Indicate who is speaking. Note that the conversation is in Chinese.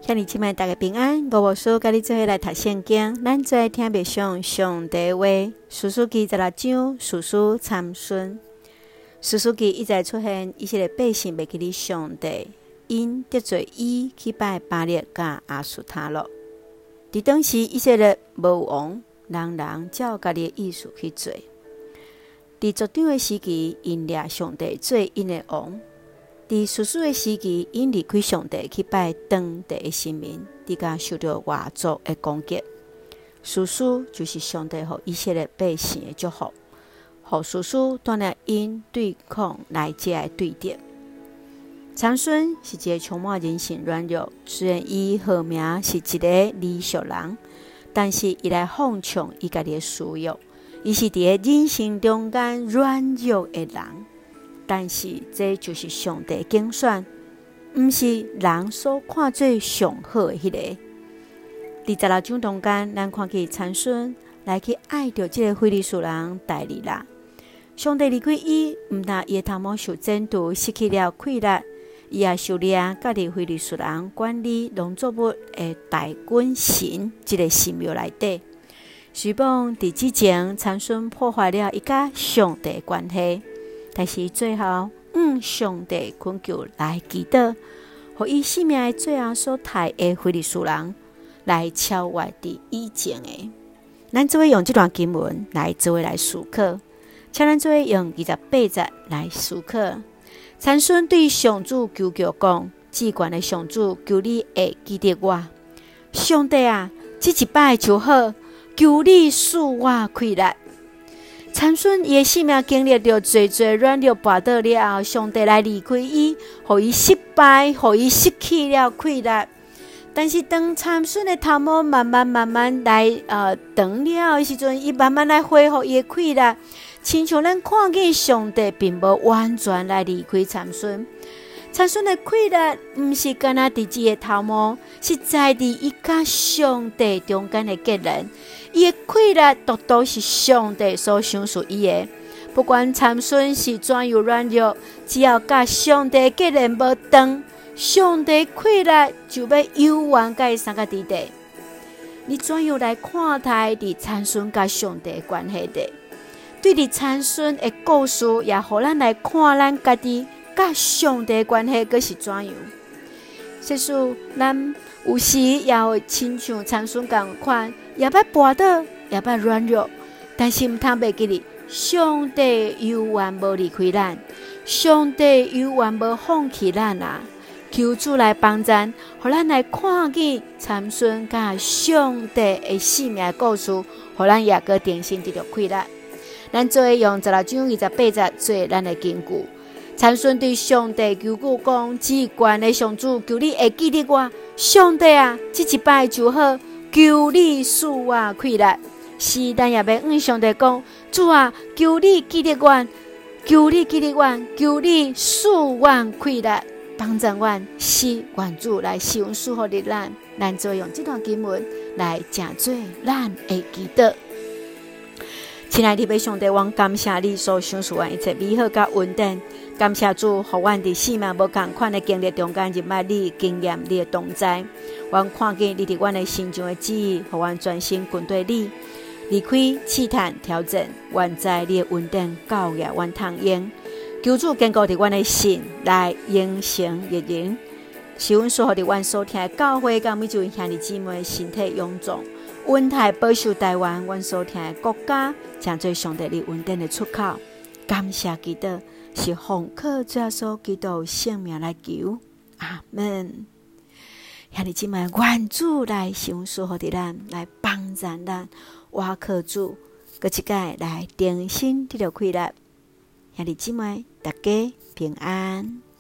Speaker 1: 兄弟姐妹大家平安，我无叔甲你做伙来读圣经，咱做听别上上帝话。士师记16章，士师参孙。士师记一再出现以色列百姓袂记哩上帝，因得罪伊去拜巴力甲亚述他洛。伫当时以色列无王，人人照家己的意思去做。伫族长的时期，因掠上帝做因的王。伫士师的时期，因离开上帝去拜当地的神明，伫甲受到外族的攻击。士师就是上帝予以色列百姓的祝福，予士师带领因对抗来遮的对敌。参孙是一个充满人性软弱，虽然伊号名是一个理俗人，但是伊来放纵伊家己的私欲，伊是伫个人性中间软弱的人。但是这就是上帝拣选，毋是人所看做上好的迄个。伫16章中间，咱看见参孙来去爱着这个非利士人代利拉。上帝离开伊，毋但伊的头毛受剪除，失去了气力，伊也受掠家己非利士人管理农作物的大军神这个神庙内底。随傍伫之前，参孙破坏了伊甲上帝的关系。但是最后，上帝恳求来祈祷，予伊性命的最后所杀的非利士人来超越伫以前的。咱做伙用这段经文来做伙来思考，请咱做伙用28节来思考。参孙对上主求救讲：至高的上主，求你会记得我。上帝啊，这一摆就好，求你赐我气力。参孙伊的性命经历着侪软弱跋倒了后，上帝来离开伊，予伊失败，予伊失去了气力。但是当参孙的头毛慢慢来长了的时阵，伊慢慢来恢复伊的气力，亲像咱看见上帝并无完全来离开参孙。参孙的气力毋是干那伫伊的头毛，是在伫伊甲上帝中间的结连。伊的气力独独是上帝所赏赐伊的。不管参孙是怎样软弱，只要甲上帝结连无断，上帝气力就要永远甲伊三个伫地。你怎样来看待伫参孙甲上帝的关系的？对伫参孙的故事，也互咱来看咱家己甲上帝的关系，佫是怎样？即使咱有时也会亲像参孙共款，也捌跋倒，也捌软弱，但是毋通袂记哩，上帝永远无离开咱，上帝永远无放弃咱啊！求主来帮咱，互咱来看见参孙甲上帝的性命的故事，互咱也个定心得到气力。咱做用16章28节做咱的根据。参孙对上帝求救讲：至高的上主，求你会记得我。上帝啊，这一摆就好，求你赐我气力。是，咱也要向上帝讲：主啊，求你记得我，求你记得我，求你赐我气力，帮助我是愿主来使用赐福的咱。咱就用这段经文来正做咱的祈祷。亲爱的弟上帝，我感谢你所赏赐我一切美好甲稳定。感谢主，互阮伫生命无共款的经历中间，入捌你经验你的同在。阮看见你伫阮的心中的旨意，互阮专心跟对你，离开试探挑战，愿在你的稳定教育阮通用。求主坚固伫阮的心，来永成日人。是阮所互伫阮所听的教会，甲每一位兄弟姊妹的身体勇壮，稳泰保守台湾，阮所听的国家，成做上帝你稳定的出口。感谢基督。是奉靠主耶稣基督性命来求，阿们。兄弟姊妹，愿主来赏赐互伫咱，来帮助咱，我靠主，搁一摆来定心得到气力。兄弟姊妹，大家平安。